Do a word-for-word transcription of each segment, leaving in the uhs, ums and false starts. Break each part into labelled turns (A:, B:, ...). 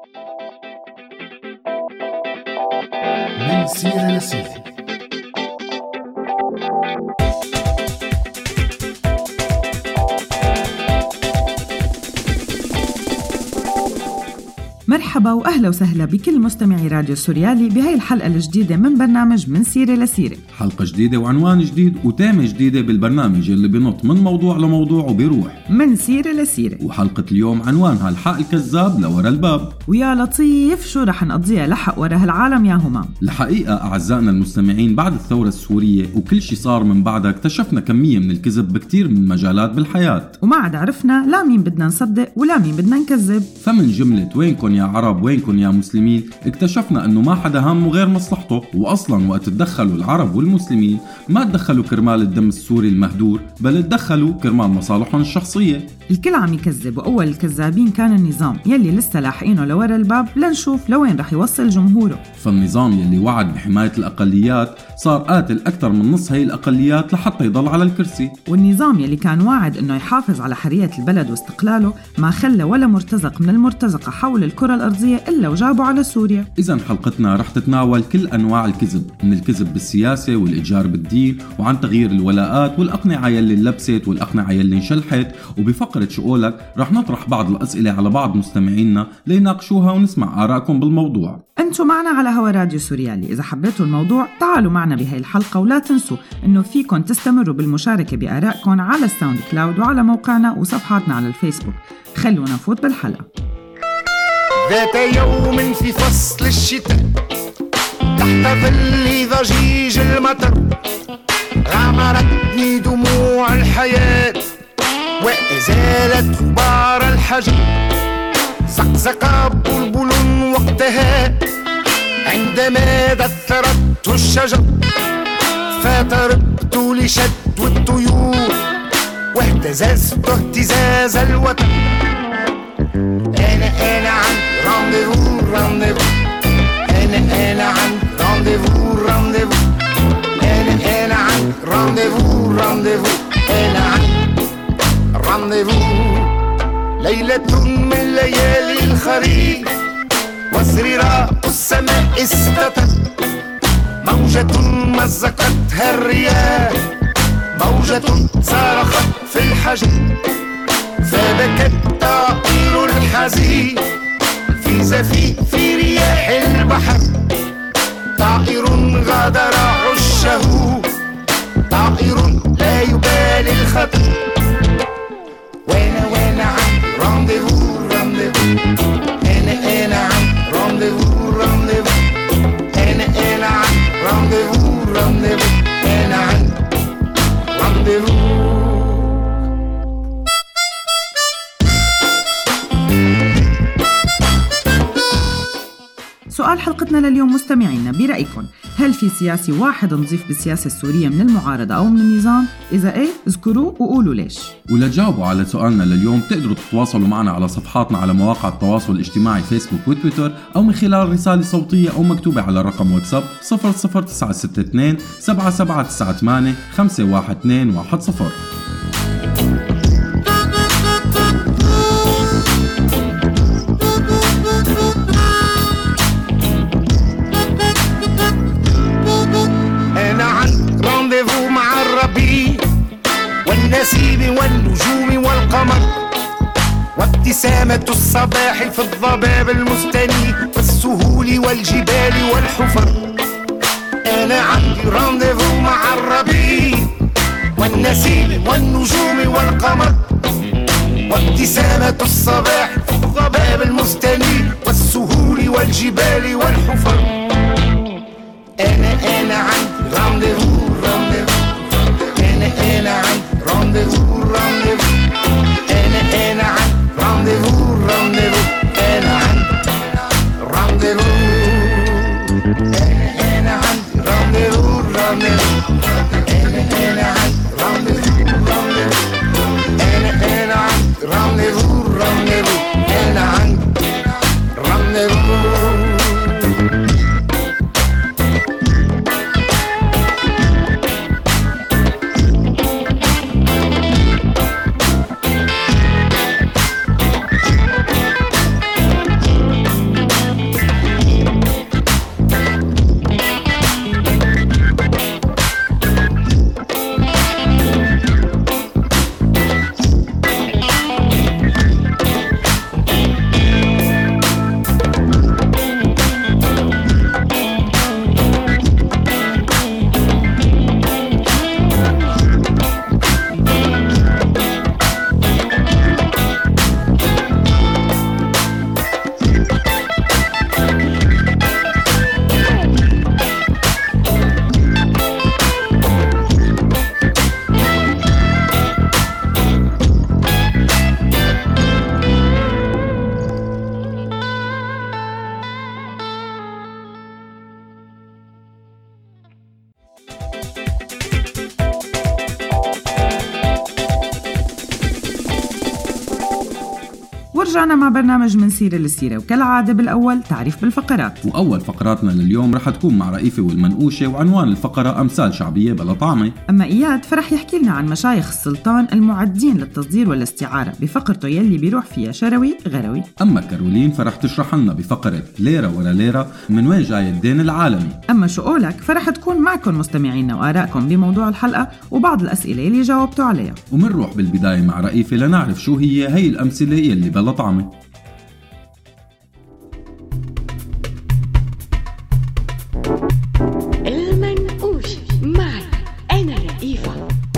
A: من سيرة لسيرة.
B: مرحبا وأهلا وسهلا بكل مستمعي راديو سوريالي بهاي الحلقة الجديدة من برنامج من سيرة لسيرة.
C: حلقة جديدة وعنوان جديد وتامة جديدة بالبرنامج اللي بينط من موضوع لموضوع وبيروح
B: من سيرة لسيرة.
C: وحلقة اليوم عنوانها الحق الكذاب لورا الباب.
B: ويا لطيف شو رح نقضيها لحق ورا هالعالم يا همام.
C: الحقيقة أعزائنا المستمعين بعد الثورة السورية وكل شي صار من بعدها اكتشفنا كمية من الكذب بكتير من المجالات بالحياة،
B: وما عاد عرفنا لا مين بدنا نصدق ولا مين بدنا نكذب.
C: فمن جملة وينكن يا عرب وينكن يا مسلمين اكتشفنا انه ما حدا همه غير مصلحته، واصلا وقت تدخلوا العرب والمسلمين ما تدخلوا كرمال الدم السوري المهدور، بل تدخلوا كرمال مصالحهم الشخصية.
B: الكل عم يكذب، واول الكذابين كان النظام يلي لسه لاحقينه لورا الباب لنشوف لوين رح يوصل جمهوره.
C: فالنظام يلي وعد بحماية الأقليات صار قاتل أكثر من نص هاي الأقليات لحتى يضل على الكرسي.
B: والنظام يلي كان واعد انه يحافظ على حرية البلد واستقلاله ما خلى ولا مرتزق من المرتزقة حول الكرة الأرضية إلا وجابوا على سوريا.
C: إذن حلقتنا رح تتناول كل أنواع الكذب، من الكذب بالسياسة والإتجار بالدين وعن تغيير الولاءات والأقنعة يلي انلبست والأقنعة يلي انشلحت. وبفقرة شؤولك رح نطرح بعض الأسئلة على بعض مستمعينا ليناقشوها ونسمع آراءكم بالموضوع.
B: أنتوا معنا على هوا راديو سوريالي. إذا حبيتوا الموضوع تعالوا معنا بهاي الحلقة، ولا تنسوا إنه فيكن تستمروا بالمشاركة بآرائكم على الساوند كلاود وعلى موقعنا وصفحاتنا على الفيسبوك. خلونا نفوت بالحلقة.
A: ذات يوم في فصل الشتاء تحت ظل ضجيج المطر غمرتني دموع الحياة وأزالت غبار الحجر. زقزق بلبل وقتها عندما دثرت الشجر، فطربت لشدو الطيور واهتززت اهتزاز الوتر. أنا أنا عن رانديفو رانديفو أنا أنا عن رانديفو رانديفو أنا أنا عن رانديفو رانديفو أنا عن رانديفو. ليلة من ليالي الخريف وزريراء السماء استتت، موجة مزقتها الرياح، موجة صرخت في الحجر، فبكت طائر الحزين في زفيف رياح البحر. طائر غادر عشه، طائر لا يبالي الخطر. وانا وانا عن رانديفو رانديفو انا انا عن رانديفو رانديفو انا انا عن رانديفو رانديفو انا عن رانديفو.
B: سؤال حلقتنا لليوم مستمعينا، برأيكم هل في سياسي واحد نضيف بالسياسة السورية من المعارضة أو من النظام؟ إذا إيه اذكروه وقولوا ليش.
C: ولتجاوبوا على سؤالنا لليوم تقدروا تتواصلوا معنا على صفحاتنا على مواقع التواصل الاجتماعي فيسبوك وتويتر، أو من خلال رسالة صوتية أو مكتوبة على رقم واتساب صفر صفر تسعة ستة اثنين سبعة سبعة تسعة ثمانية خمسة واحد اثنين واحد صفر.
A: والنسيم والنجوم والقمر وابتسامة الصباح في الضباب المستنير والسهول والجبال والحفر. أنا عندي رانديفو مع الربيع والنسيم والنجوم والقمر وابتسامة الصباح في الضباب المستنير والسهول والجبال والحفر. أنا أنا عندي رانديفو رانديفو أنا أنا عندي رانديفو رانديفو أنا أنا عن رانديفو رانديفو أنا عن رانديفو أنا أنا عن رانديفو رانديفو أنا أنا عن رانديفو رانديفو أنا أنا عن رانديفو رانديفو أنا عن رانديفو.
B: ورجعنا مع برنامج من سيرة للسيرة، وكالعادة بالأول تعريف بالفقرات.
C: وأول فقراتنا لليوم رح تكون مع رئيفة والمنقوشة، وعنوان الفقرة أمثال شعبية بلا طعمة.
B: أما إياد فرح يحكي لنا عن مشايخ السلطان المعدين للتصدير والاستعارة بفقرته يلي بيروح فيها شروي غروي.
C: أما كارولين فرح تشرح لنا بفقرة ليرة ولا ليرة من وين جاي الدين العالمي.
B: أما شو قولك فرح تكون معكم مستمعينا وآرائكم بموضوع الحلقة وبعض الأسئلة اللي جاوبتوا عليها.
C: ومنروح بالبداية مع رئيفة لنعرف شو هي هي الأمثلة يلي بلا طعمة.
D: المنقوش معي أنا رئيفة.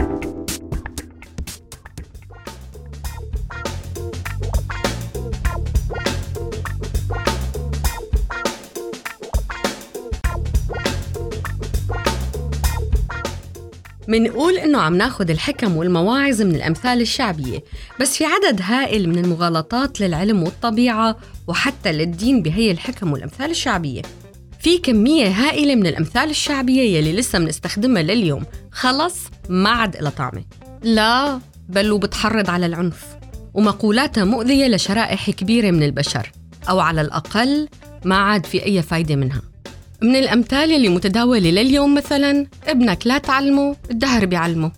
D: منقول إنه عم ناخد الحكم والمواعظ من الأمثال الشعبية، بس في عدد هائل من المغالطات للعلم والطبيعة وحتى للدين بهي الحكم والأمثال الشعبية. في كمية هائلة من الأمثال الشعبية يلي لسه منستخدمها لليوم خلص ما عاد إلها طعمة، لا بل وبتحرض على العنف، ومقولاتها مؤذية لشرائح كبيرة من البشر، أو على الأقل ما عاد في أي فايدة منها. من الأمثال اللي متداولة لليوم مثلاً ابنك لا تعلمه الدهر بيعلمه.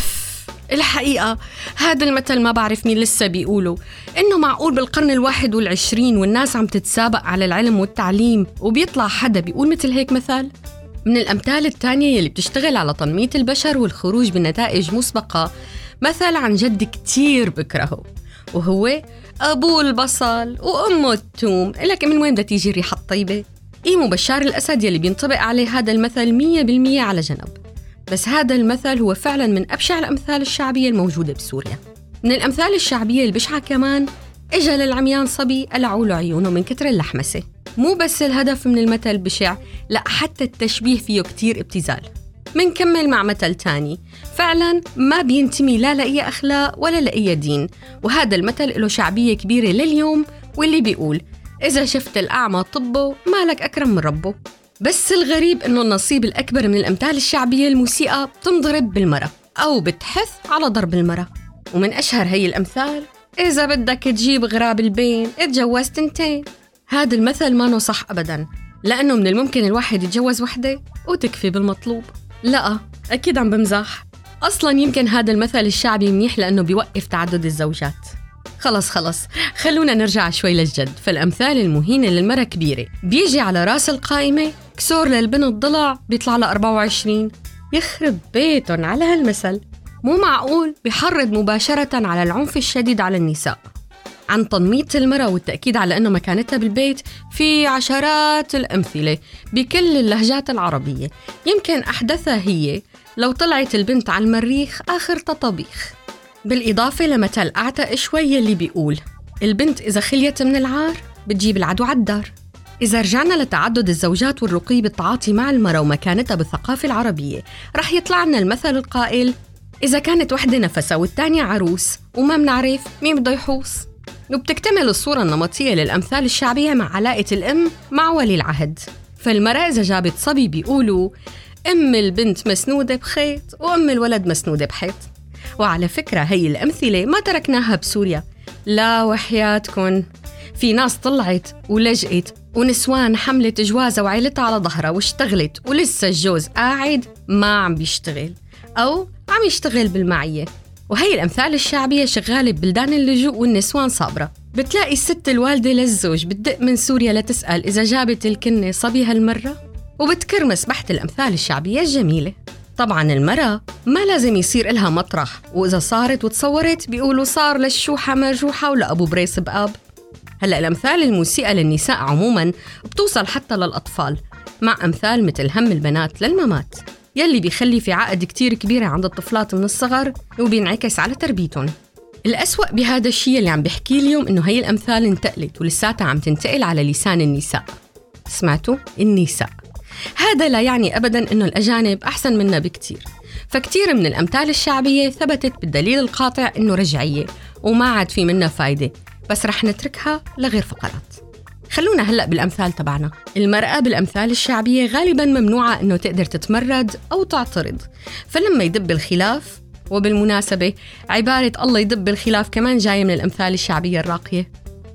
D: الحقيقة هذا المثل ما بعرف مين لسه بيقوله، إنه معقول بالقرن الواحد والعشرين والناس عم تتسابق على العلم والتعليم وبيطلع حدا بيقول مثل هيك مثال؟ من الأمثال التانية اللي بتشتغل على تنميط البشر والخروج بنتائج مسبقة مثل عن جد كتير بكرهه، وهو أبوه البصل وأمه الثوم، لك من وين بدها تيجي الريحة الطيبة؟ إيمو بشار الأسد يلي بينطبق عليه هذا المثل مية بالمية على جنب، بس هذا المثل هو فعلاً من أبشع الأمثال الشعبية الموجودة بسوريا. من الأمثال الشعبية البشعة كمان إجا للعميان صبي قلعوا له عيونه من كتر اللحمسة. مو بس الهدف من المثل بشع، لا حتى التشبيه فيه كتير ابتذال. منكمل مع مثل تاني فعلاً ما بينتمي لا لأي أخلاق ولا لأي دين، وهذا المثل له شعبية كبيرة لليوم، واللي بيقول إذا شفت الأعمى طبه مالك أكرم من ربه. بس الغريب إنه النصيب الأكبر من الأمثال الشعبية الموسيقى بتنضرب بالمرة أو بتحث على ضرب المرة. ومن أشهر هي الأمثال إذا بدك تجيب غراب البين اتجوز تنتين. هذا المثل ما صح أبداً، لأنه من الممكن الواحد يتجوز وحدة وتكفي بالمطلوب. لا أكيد عم بمزح، أصلاً يمكن هذا المثل الشعبي منيح لأنه بيوقف تعدد الزوجات. خلص خلص خلونا نرجع شوي للجد. فالأمثال المهينة للمرة كبيرة، بيجي على راس القائمة كسور للبنت ضلع بيطلع له أربعة وعشرين. يخرب بيتن على هالمثل، مو معقول بيحرض مباشرة على العنف الشديد على النساء. عن تنميط المرأة والتأكيد على أنه مكانتها بالبيت في عشرات الأمثلة بكل اللهجات العربية، يمكن أحدثها هي لو طلعت البنت على المريخ آخر طبيخ. بالإضافة لمثل أعتق شوي اللي بيقول البنت إذا خليت من العار بتجيب العدو عالدار. إذا رجعنا لتعدد الزوجات والرقي بالتعاطي مع المرأة ومكانتها بالثقافة العربية، رح يطلع لنا المثل القائل إذا كانت وحدة نفسها والتانية عروس وما منعرف مين بده يحوص. وبتكتمل الصورة النمطية للأمثال الشعبية مع علاقة الأم مع ولي العهد. فالمرأة إذا جابت صبي بيقولوا أم البنت مسنودة بخيط وأم الولد مسنودة بحيط. وعلى فكرة هي الأمثلة ما تركناها بسوريا، لا وحياتكن في ناس طلعت ولجأت ونسوان حملت جوازها وعيلتها على ظهرها واشتغلت، ولسه الجوز قاعد ما عم بيشتغل أو عم يشتغل بالمعية. وهي الأمثال الشعبية شغالة ببلدان اللجوء والنسوان صابرة. بتلاقي الست الوالدة للزوج بتدق من سوريا لتسأل إذا جابت الكنة صبي هالمرة، وبتكرمس بحت الأمثال الشعبية الجميلة. طبعاً المرأة ما لازم يصير إلها مطرح، وإذا صارت وتصورت بيقولوا صار للشوحة مرجوحة ولأبو بريس بقاب. هلأ الأمثال الموسيقى للنساء عموماً بتوصل حتى للأطفال، مع أمثال مثل هم البنات للممات يلي بيخلي في عقد كتير كبيرة عند الطفلات من الصغر وبينعكس على تربيتهم. الأسوأ بهذا الشيء اللي عم بحكي اليوم إنه هي الأمثال انتقلت ولساتها عم تنتقل على لسان النساء. سمعتوا؟ النساء. هذا لا يعني أبداً إنه الأجانب أحسن منا بكتير، فكتير من الأمثال الشعبية ثبتت بالدليل القاطع إنه رجعية وما عاد في منها فايدة، بس رح نتركها لغير فقرات. خلونا هلأ بالأمثال تبعنا. المرأة بالأمثال الشعبية غالباً ممنوعة إنه تقدر تتمرد أو تعترض، فلما يدب الخلاف، وبالمناسبة عبارة الله يدب الخلاف كمان جاية من الأمثال الشعبية الراقية.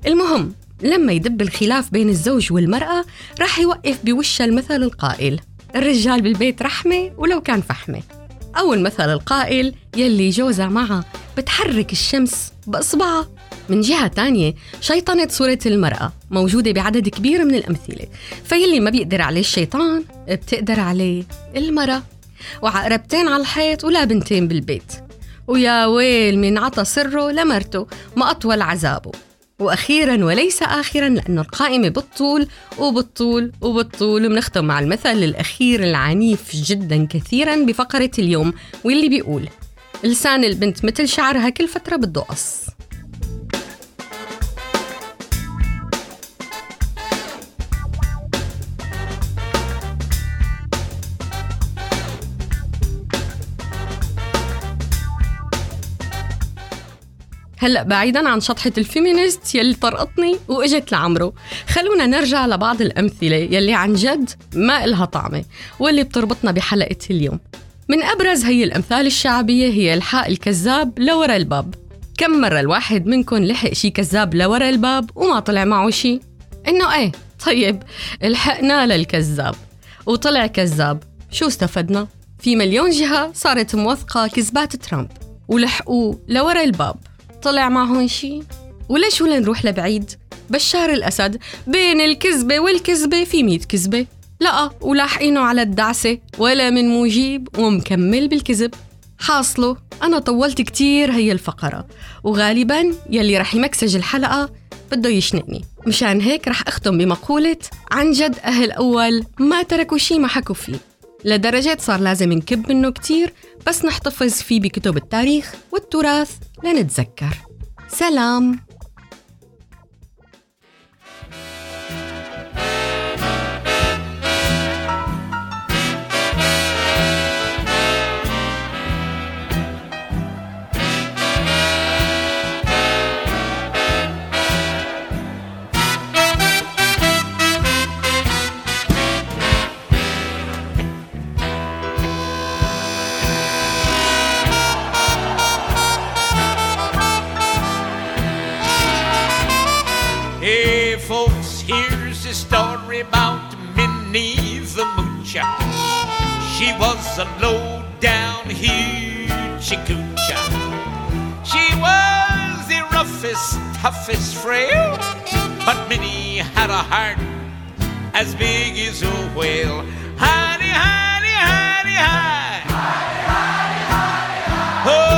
D: المهم لما يدب الخلاف بين الزوج والمرأة راح يوقف بوش المثل القائل: الرجال بالبيت رحمة ولو كان فحمة. أو المثل القائل: يلي جوزها معها بتحرك الشمس بإصبعها. من جهة تانية، شيطنة صورة المرأة موجودة بعدد كبير من الأمثلة، فيلي ما بيقدر عليه الشيطان بتقدر عليه المرأة. وعقربتين على الحيط ولا بنتين بالبيت، ويا ويل من عطى سره لمرته ما أطول عذابه. وأخيراً وليس آخراً، لأنه القائمة بالطول وبالطول وبالطول، ومنختم مع المثل الأخير العنيف جداً كثيراً بفقرة اليوم، واللي بيقول: لسان البنت مثل شعرها كل فترة بده قص. هلأ بعيداً عن شطحة الفيمينيست يلي طرقتني وإجت لعمره، خلونا نرجع لبعض الأمثلة يلي عن جد ما إلها طعمة واللي بتربطنا بحلقة اليوم. من أبرز هي الأمثال الشعبية هي الحاق الكذاب لورا الباب. كم مرة الواحد منكن لحق شي كذاب لورا الباب وما طلع معه شي؟ إنه إيه طيب الحقنا للكذاب وطلع كذاب، شو استفدنا؟ في مليون جهة صارت موثقة كذبات ترامب ولحقوه لورا الباب، طلع معهم شي؟ وليش ولا نروح لبعيد؟ بشار الأسد بين الكذبة والكذبة في مية كذبة، لقى ولاحقينه على الدعسة ولا من مجيب ومكمل بالكذب. حاصله أنا طولت كتير هي الفقرة، وغالباً يلي رح يمكسج الحلقة بده يشنقني، مشان هيك رح أختم بمقولة: عن جد أهل أول ما تركوا شي ما حكوا فيه، لدرجة صار لازم نكب منه كتير بس نحتفظ فيه بكتب التاريخ والتراث لنتذكر. سلام.
E: Hey folks, here's a story about Minnie the Moocher. She was a low-down hoochie-coocher. She was the roughest, toughest frail, but Minnie had a heart as big as a whale. Honey, honey, honey, hi. Honey, honey, honey, hi. Oh,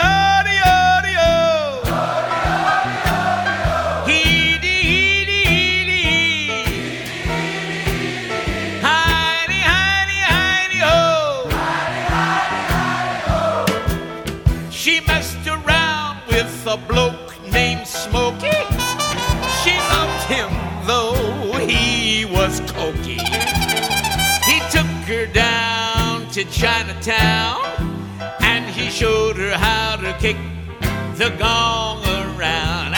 E: a bloke named Smokey. She loved him though he was cokey. He took her down to Chinatown and he showed her how to kick the gong around.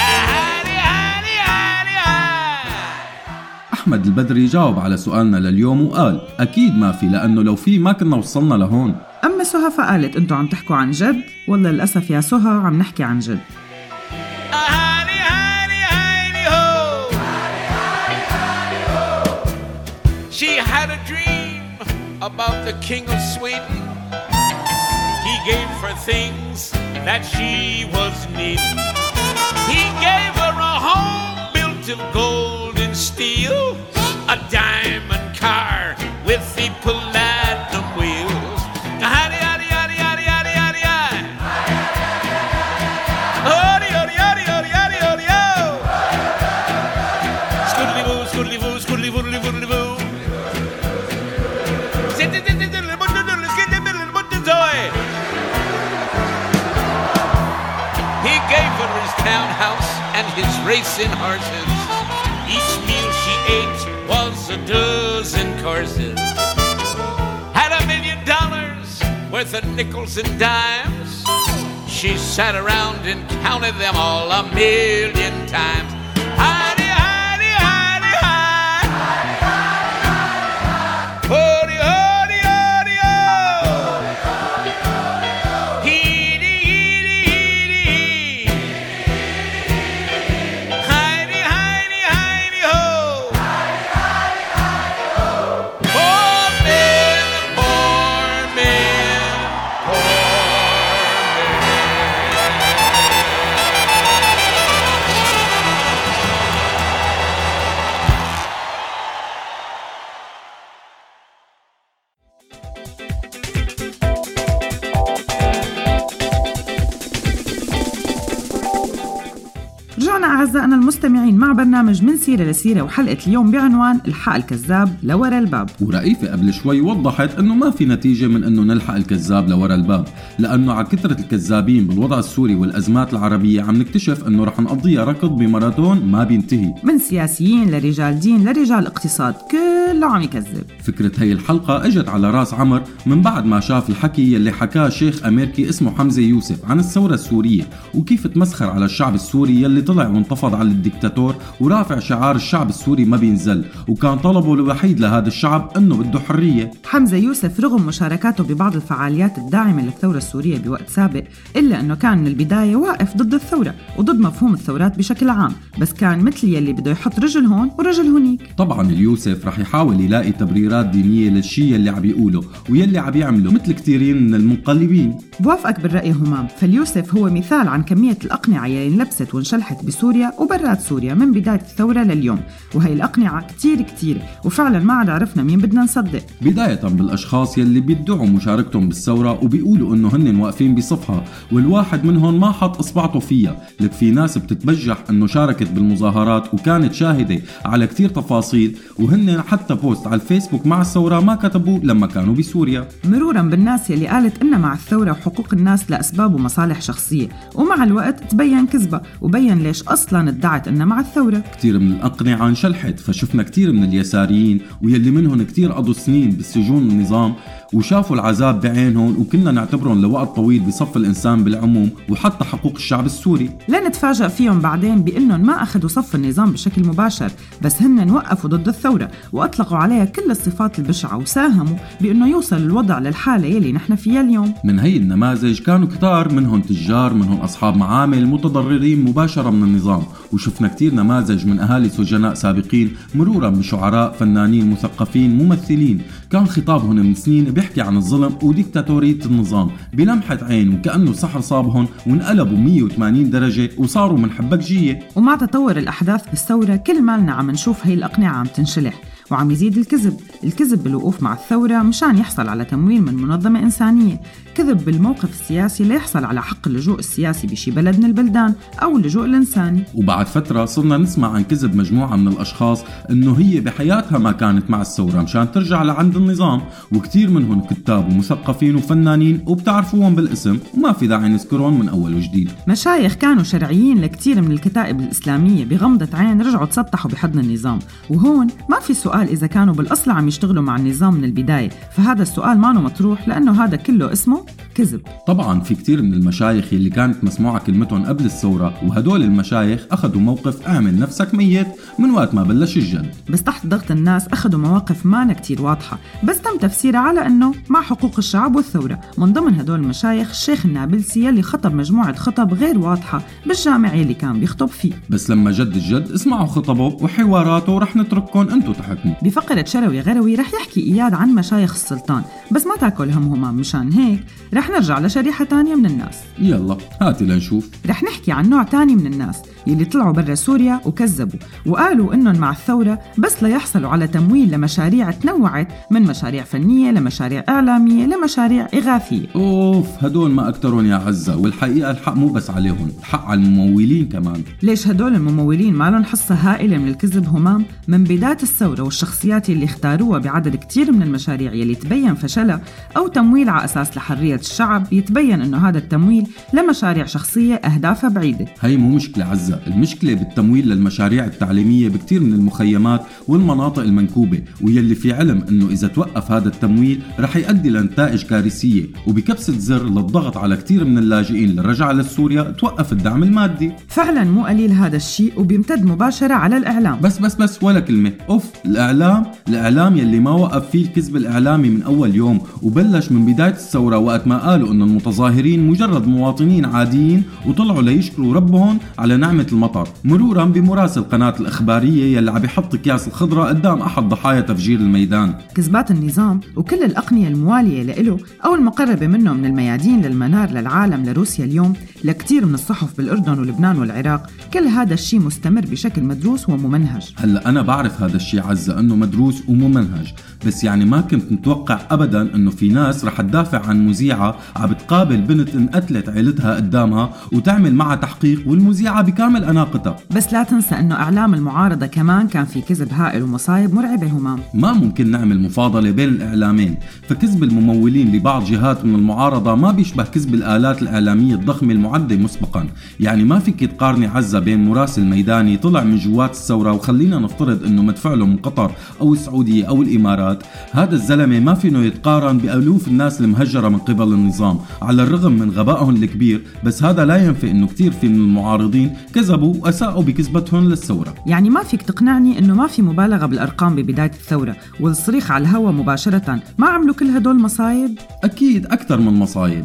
C: أحمد البدري جاوب على سؤالنا لليوم وقال: أكيد ما في، لأنه لو في ما كنا وصلنا لهون.
B: أما سهى فقالت: أنتوا عم تحكوا عن جد؟ والله للأسف يا سهى عم نحكي عن جد.
E: She had a dream about the king of Sweden. He gave her things that she was needing. He gave her a home built of gold and steel, a diamond car with the platinum wheels. Howdy, howdy, howdy, howdy, howdy, howdy, howdy. Howdy, howdy, howdy, howdy, howdy, howdy, ho. Scoodly-boo, scoodly-boo, scoodly-boo, scoodly-boo. He gave her his townhouse and his racing horses. Each meal she ate was a dozen courses. Had a million dollars worth of nickels and dimes. She sat around and counted them all a million times. Howdy, howdy, howdy, hi. Howdy, howdy, howdy, hi. Howdy, howdy, howdy, ho. Howdy, howdy, howdy, ho. Heedy, heedy, heedy. Heedy,
B: مع برنامج من سيرة لسيرة، وحلقة اليوم بعنوان الحق الكذاب لورا الباب.
C: ورئيفة قبل شوي وضحت انه ما في نتيجة من انه نلحق الكذاب لورا الباب، لانه على كثرة الكذابين بالوضع السوري والازمات العربية عم نكتشف انه رح نقضيها ركض بماراثون ما بينتهي،
B: من سياسيين لرجال دين لرجال اقتصاد كله عم يكذب.
C: فكرة هي الحلقة اجت على راس عمر من بعد ما شاف الحكي يلي حكاه شيخ امريكي اسمه حمزة يوسف عن الثورة السورية، وكيف تمسخر على الشعب السوري يلي طلع وانتفض على الدكتاتور ورافع شعار الشعب السوري ما بينزل، وكان طلبه الوحيد لهذا الشعب انه بده حرية.
B: حمزة يوسف رغم مشاركاته ببعض الفعاليات الداعمة للثورة السورية بوقت سابق، إلا أنه كان من البداية واقف ضد الثورة وضد مفهوم الثورات بشكل عام، بس كان مثل يلي بده يحط رجل هون ورجل هونيك.
C: طبعا اليوسف رح يحاول يلاقي تبريرات دينية للشيء اللي عم يقوله ويلي عم يعمله مثل كثيرين من المنقلبين.
B: بوافقك بالرأي همام، فاليوسف هو مثال عن كمية الأقنعة يلي انلبست وانشلحت بسوريا وبرات سوريا من بداية الثورة لليوم، وهي الأقنعة كتير كتير وفعلا ما عاد عرفنا مين بدنا نصدق.
C: بداية بالأشخاص يلي بيدعوا مشاركتهم بالثورة وبيقولوا إنه هن واقفين بصفها، والواحد منهم ما حط إصبعته فيها. لك في ناس بتتبجح إنه شاركت بالمظاهرات وكانت شاهدة على كتير تفاصيل، وهن حتى بوست على الفيسبوك مع الثورة ما كتبوا لما كانوا بسوريا.
B: مرورا بالناس يلي قالت إن مع الثورة وحقوق الناس لأسباب ومصالح شخصية، ومع الوقت تبين كذبة وبين ليش أصلا ادعت إن مع الثورة.
C: كتير من الأقنعة انشلحت، فشفنا كتير من اليساريين ويلي منهم كتير قضوا سنين بالسجون النظام وشافوا العذاب بعينهم، وكنا نعتبرهم لوقت طويل بصف الإنسان بالعموم وحتى حقوق الشعب السوري.
B: لا نتفاجأ فيهم بعدين بأنهم ما أخذوا صف النظام بشكل مباشر، بس هن وقفوا ضد الثورة وأطلقوا عليها كل الصفات البشعة وساهموا بأنه يوصل الوضع للحالة يلي نحن فيها اليوم.
C: من هي النماذج كانوا كتار، منهم تجار، منهم أصحاب معامل متضررين مباشرة من النظام، وشفنا كتير نماذج من أهالي سجناء سابقين، مرورا بشعراء، فنانين، مثقفين، ممثلين، كان خطابهم من سنين بيحكي عن الظلم وديكتاتورية النظام بلمحة عين، وكأنه سحر صابهم وانقلبوا مية وثمانين درجة وصاروا من حبكجية.
B: ومع تطور الأحداث بالثورة كل مالنا عم نشوف هي الأقنعة عم تنشلح، وعم يزيد الكذب الكذب بالوقوف مع الثورة مشان يحصل على تمويل من منظمة إنسانية، كذب بالموقف السياسي ليحصل على حق اللجوء السياسي بشي بلد من البلدان أو اللجوء الإنساني.
C: وبعد فترة صرنا نسمع عن كذب مجموعة من الأشخاص إنه هي بحياتها ما كانت مع الثورة مشان ترجع لعند النظام، وكتير منهم كتاب ومثقفين وفنانين وبتعرفوهم بالاسم وما في داعي نذكرهم من أول وجديد.
B: مشايخ كانوا شرعيين لكتير من الكتائب الإسلامية بغمضة عين رجعوا تسطحوا بحضن النظام، وهون ما في سؤال إذا كانوا بالأصل عم يشتغلوا مع النظام من البداية، فهذا السؤال ما نو مطروح لأنه هذا كله اسمه كذب.
C: طبعا في كتير من المشايخ اللي كانت مسموعة كلمتهم قبل الثورة، وهدول المشايخ أخذوا موقف اعمل نفسك ميت من وقت ما بلش الجد،
B: بس تحت ضغط الناس أخذوا مواقف ما كتير واضحة، بس تم تفسيرها على أنه مع حقوق الشعب والثورة. من ضمن هدول المشايخ الشيخ النابلسي اللي خطب مجموعة خطب غير واضحة بالجامع اللي كان بيخطب فيه،
C: بس لما جد الجد اسمعوا خطبه وحواراته ورح نترككم انتو تحكموا.
B: بفقرة شروي غروي رح يحكي إياد عن مشايخ السلطان، بس ما تاكل همهما، مشان هيك رح نرجع لشريحة تانية من الناس.
C: يلا هاتي لنشوف.
B: رح نحكي عن نوع تاني من الناس يلي طلعوا برا سوريا وكذبوا وقالوا إنهم مع الثورة بس ليحصلوا على تمويل لمشاريع تنوعت من مشاريع فنية لمشاريع إعلامية لمشاريع إغاثية.
C: أوف هدول ما أكترون يا عزة، والحقيقة الحق مو بس عليهم، الحق على الممولين كمان.
B: ليش هدول الممولين ما لهم حصة هائلة من الكذب همام؟ من بداية الثورة والشخصيات اللي اختاروها بعدد كتير من المشاريع يلي تبين فشلها أو تمويل على أساس لحرية الشعب، يتبين إنه هذا التمويل لمشاريع شخصية أهدافها بعيدة.
C: هي مو مشكلة عزة، المشكلة بالتمويل للمشاريع التعليمية بكتير من المخيمات والمناطق المنكوبة، ويلي في علم إنه إذا توقف هذا التمويل رح يؤدي لنتائج كارثية، وبكبسة زر للضغط على كتير من اللاجئين للرجعة لسوريا توقف الدعم المادي.
B: فعلا مو قليل هذا الشيء، وبيمتد مباشرة على الإعلام.
C: بس بس بس ولا كلمة أوف. الإعلام الإعلام يلي ما وقف فيه الكذب الإعلامي من أول يوم، وبلش من بداية الثورة وقت ما قالوا إنه المتظاهرين مجرد مواطنين عاديين وطلعوا ليشكروا ربهم على نعمة المطر، مرورا بمراسل قناة الإخبارية يلي عم يحط أكياس الخضرة قدام أحد ضحايا تفجير الميدان.
B: كذبات النظام وكل الأقنية الموالية له أو المقربة منه من الميادين للمنار للعالم لروسيا اليوم لكتير من الصحف بالأردن ولبنان والعراق، كل هذا الشيء مستمر بشكل مدروس وممنهج.
C: هلأ أنا بعرف هذا الشيء عزة أنه مدروس وممنهج، بس يعني ما كنت متوقع أبدا أنه في ناس رح تدافع عن مذيعة عم بتقابل بنت انقتلت عيلتها قدامها وتعمل معها تحقيق، والمذيعة بكامل بتعمل أناقتها.
B: بس لا تنسى أنه إعلام المعارضة كمان كان في كذب هائل ومصايب مرعبة همام.
C: ما ممكن نعمل مفاضلة بين الإعلامين، فكذب الممولين لبعض جهات من المعارضة ما بيشبه كذب الآلات الإعلامية الضخمة المعدة مسبقا. يعني ما فيك تقارني عزة بين مراسل ميداني طلع من جوات الثورة وخلينا نفترض أنه مدفع له من قطر أو السعودية أو الإمارات، هذا الزلمة ما فينه يتقارن بألوف الناس المهجرة من قبل النظام على الرغم من غبائهم الكبير. بس هذا لا ينفي أنه كتير في من المعارضين كذبوا وأساءوا بكذبتهم للثورة.
B: يعني ما فيك تقنعني أنه ما في مبالغة بالأرقام ببداية الثورة والصريخ على الهواء مباشرة ما عملوا كل هدول مصايب؟
C: أكيد أكثر من مصايب،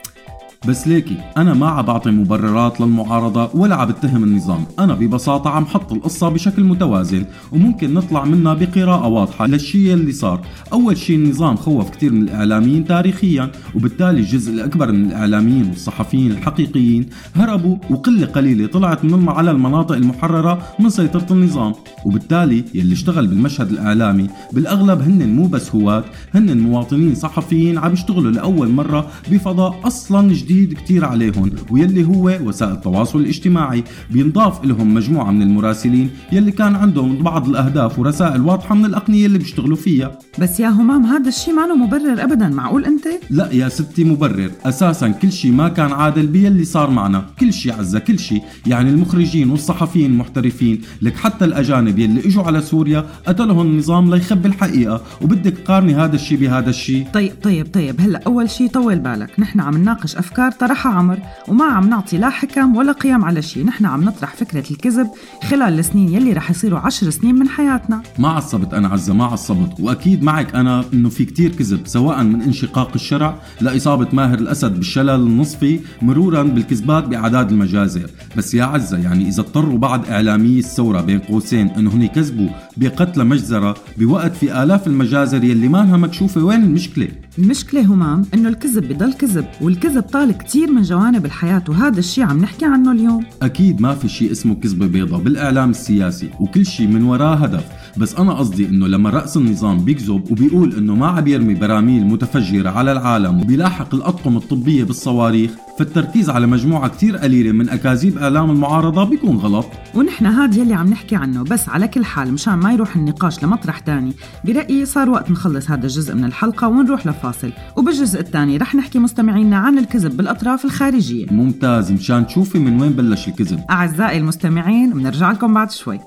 C: بس ليكي أنا ما عم بعطي مبررات للمعارضة ولا عم بتهم النظام. أنا ببساطة عم حط القصة بشكل متوازن وممكن نطلع منها بقراءة واضحة للشيء اللي صار. أول شيء النظام خوف كتير من الإعلاميين تاريخيا، وبالتالي الجزء الأكبر من الإعلاميين والصحفيين الحقيقيين هربوا، وقلة قليلة طلعت منهم على المناطق المحررة من سيطرة النظام. وبالتالي يلي اشتغل بالمشهد الإعلامي بالأغلب هن مو بس هواة، هن مواطنين صحفيين عم يشتغلوا لأول مرة بفضاء أصلا جديد كتير عليهم، ويلي هو وسائل التواصل الاجتماعي. بينضاف لهم مجموعة من المراسلين يلي كان عندهم بعض الأهداف ورسائل واضحة من الأقنية اللي بيشتغلوا فيها.
B: بس يا همام هذا الشيء ما مبرر أبدا، معقول أنت؟
C: لا يا ستي مبرر. أساسا كل شيء ما كان عادل بيلي صار معنا، كل شيء عزة كل شيء. يعني المخرجين والصحفيين المحترفين لك حتى الأجانب يلي اجوا على سوريا قتلهم النظام ليخبي الحقيقة، وبدك تقارني هذا الشيء بهذا الشيء؟
B: طيب طيب طيب هلأ أول شيء طول بالك، نحن عم نناقش أفكار طرحها عمر وما عم نعطي لا حكم ولا قيم على شيء. نحن عم نطرح فكرة الكذب خلال السنين يلي رح يصيروا عشر سنين من حياتنا.
C: ما عصبت أنا عزة، ما عصبت، وأكيد معك أنا إنه في كتير كذب، سواء من انشقاق الشرع لإصابة ماهر الأسد بالشلل النصفي مرورا بالكذبات بأعداد المجازر. بس يا عزة يعني إذا اضطروا بعض إعلامي الثورة بين قوسين إنه هن يكذبوا بقتل مجزرة بوقت في آلاف المجازر يلي مانها مكشوفة، وين المشكلة؟
B: المشكلة همام إنه الكذب بضل كذب، والكذب طال كتير من جوانب الحياة، وهذا الشيء عم نحكي عنه اليوم.
C: أكيد ما في شيء اسمه كذبة بيضة بالإعلام السياسي، وكل شيء من وراه هدف. بس أنا قصدي إنه لما رأس النظام بيكذب وبيقول إنه ما عم يرمي براميل متفجرة على العالم وبيلاحق الأطقم الطبية بالصواريخ، فالتركيز على مجموعة كتير قليلة من أكاذيب إعلام المعارضة بيكون غلط.
B: ونحن هاد يلي عم نحكي عنه. بس على كل حال مشان ما يروح النقاش لمطرح تاني، برأيي صار وقت نخلص هذا الجزء من الحلقة ونروح لفاصل، وبالجزء الثاني رح نحكي مستمعينا عن الكذب بالأطراف الخارجية.
C: ممتاز، مشان تشوفي من وين بلش الكذب.
B: أعزائي المستمعين بنرجع لكم بعد شوي.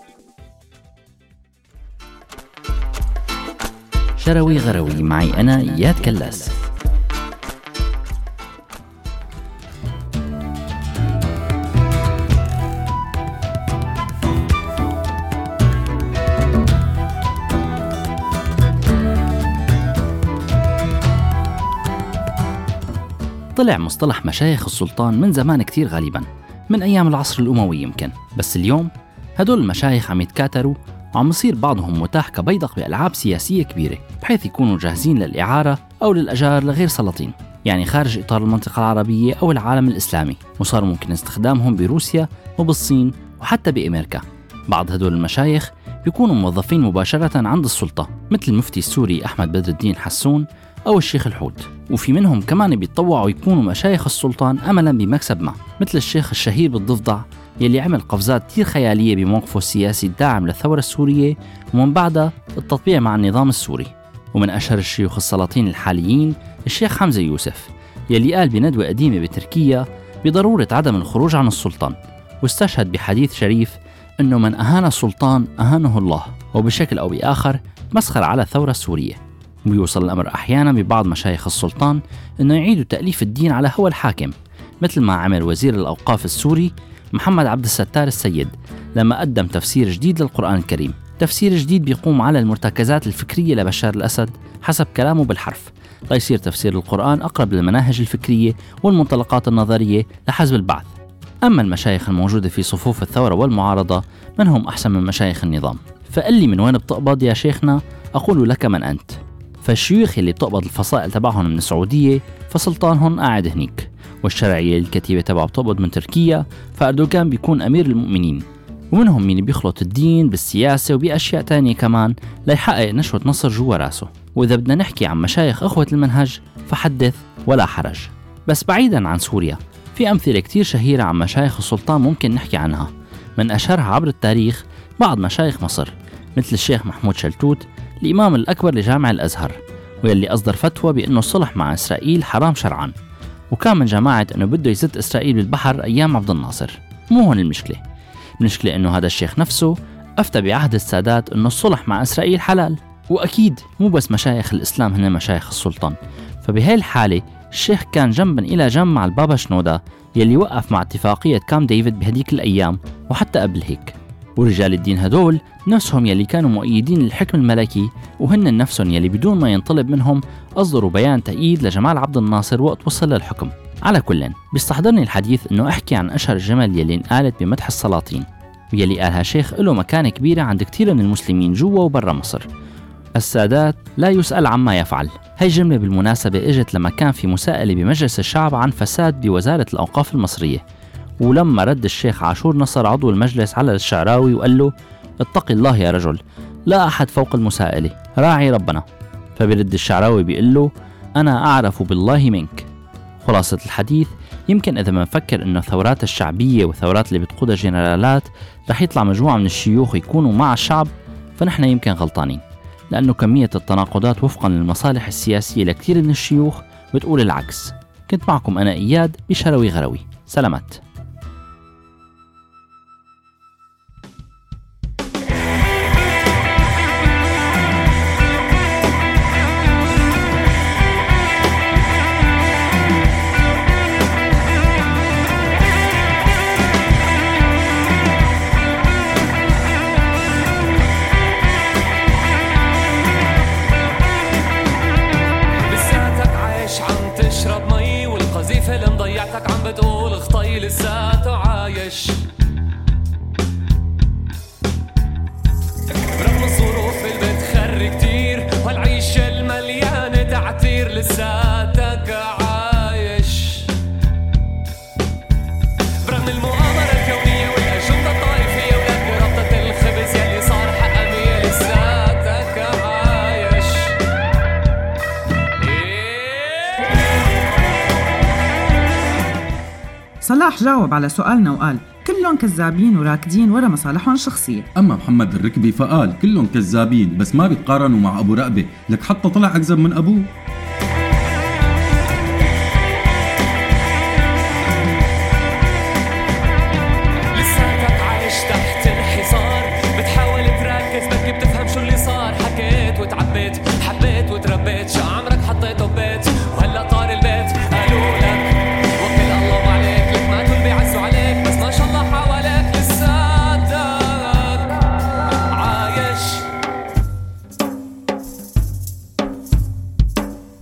F: شروي غروي معي أنا إياد كلاس. طلع مصطلح مشايخ السلطان من زمان كتير غالبا، من أيام العصر الأموي يمكن، بس اليوم هدول المشايخ عم يتكاثروا وعم يصير بعضهم متاح كبيدق بألعاب سياسية كبيرة بحيث يكونوا جاهزين للإعارة أو للأجار لغير سلاطين، يعني خارج إطار المنطقة العربية أو العالم الإسلامي، وصار ممكن استخدامهم بروسيا وبالصين وحتى بأمريكا. بعض هدول المشايخ بيكونوا موظفين مباشرة عند السلطة مثل المفتي السوري أحمد بدر الدين حسون أو الشيخ الحوت، وفي منهم كمان بيتطوعوا يكونوا مشايخ السلطان أملا بمكسب ما، مثل الشيخ الشهير بالضفدع يلي عمل قفزات كتير خيالية بموقفه السياسي الداعم للثورة السورية ومن بعدها التطبيع مع النظام السوري. ومن أشهر الشيوخ السلاطين الحاليين الشيخ حمزة يوسف يلي قال بندوة قديمة بتركيا بضرورة عدم الخروج عن السلطان، واستشهد بحديث شريف أنه من أهان السلطان أهانه الله، وبشكل أو بآخر مسخر على الثورة السورية. وبيوصل الأمر أحيانا ببعض مشايخ السلطان أنه يعيدوا تأليف الدين على هوى الحاكم، مثل ما عمل وزير الأوقاف السوري محمد عبد الستار السيد لما قدم تفسير جديد للقرآن الكريم، تفسير جديد بيقوم على المرتكزات الفكرية لبشار الأسد حسب كلامه بالحرف، ليصير تفسير القرآن أقرب للمناهج الفكرية والمنطلقات النظرية لحزب البعث. أما المشايخ الموجودة في صفوف الثورة والمعارضة منهم أحسن من مشايخ النظام، فقل لي من وين بتقبض يا شيخنا أقول لك من أنت. فالشيوخ اللي بتقبض الفصائل تبعهم من السعودية فسلطانهم قاعد هنيك، والشرعية الكتيبة تبعه بتقبض من تركيا فأردوغان بيكون أمير المؤمنين. ومنهم مين بيخلط الدين بالسياسة وبأشياء تانية كمان ليحقق نشوة نصر جوا راسه. وإذا بدنا نحكي عن مشايخ أخوة المنهج فحدث ولا حرج. بس بعيدا عن سوريا، في أمثلة كتير شهيرة عن مشايخ السلطان ممكن نحكي عنها، من أشهرها عبر التاريخ بعض مشايخ مصر مثل الشيخ محمود شلتوت الإمام الأكبر لجامع الأزهر، واللي أصدر فتوى بأنه الصلح مع إسرائيل حرام شرعا، وكان من جماعة أنه بده يزت إسرائيل بالبحر أيام عبد الناصر. مو هون المشكلة، المشكلة أنه هذا الشيخ نفسه أفتى بعهد السادات أنه الصلح مع إسرائيل حلال. وأكيد مو بس مشايخ الإسلام هن مشايخ السلطان، فبهاي الحالة الشيخ كان جنبا إلى جنب مع البابا شنودة يلي وقف مع اتفاقية كامب ديفيد بهديك الأيام وحتى قبل هيك. ورجال الدين هدول نفسهم يلي كانوا مؤيدين للحكم الملكي، وهن نفسهم يلي بدون ما ينطلب منهم أصدروا بيان تأييد لجمال عبد الناصر وقت وصل للحكم. على كل بيستحضرني الحديث أنه أحكي عن أشهر الجمل يلي انقالت بمدح السلاطين، ويلي قالها شيخ له مكانة كبيرة عند كتير من المسلمين جوا وبرا مصر: السادات لا يسأل عما يفعل. هاي الجملة بالمناسبة اجت لما كان في مساءلة بمجلس الشعب عن فساد بوزارة الأوقاف المصرية، ولما رد الشيخ عاشور نصر عضو المجلس على الشعراوي وقال له: اتق الله يا رجل، لا أحد فوق المساءلة، راعي ربنا. فبرد الشعراوي بيقول له: أنا أعرف بالله منك. خلاصة الحديث، يمكن إذا ما نفكر إنه الثورات الشعبية والثورات اللي بتقودها جنرالات رح يطلع مجموعة من الشيوخ يكونوا مع الشعب، فنحن يمكن غلطانين، لأنه كمية التناقضات وفقا للمصالح السياسية لكثير من الشيوخ بتقول العكس. كنت معكم أنا إياد بشروي غروي، سلامات.
G: اللي مضيعتك عم بتقول خطي لساته عايش، برغم الظروف اللي بتخري كتير والعيشة المليانة تعتير لساتك عايش، برغم المؤامرة الكونية والأجندة الطائفية ولك ربطة الخبز يلي صار حق أمية لساتك عايش.
B: صلاح جاوب على سؤالنا وقال: كلهم كذابين وراكدين ورا مصالحهم الشخصية.
C: أما محمد الركبي فقال: كلهم كذابين بس ما بيتقارنوا مع أبو رقبة، لك حتى طلع أكذب من أبوه.
G: لساتك عايش تحت الحصار، بتحاول تركز بدك بتفهم شو اللي صار، حكيت وتعبيت حبيت وتربيت، شو عمرك حطيته ببيت وهلا طار البيت. قالوا لك وكل الله عليك، لك ما تقول بيعزوا عليك بس ما شاء الله حواليك لساتك عايش.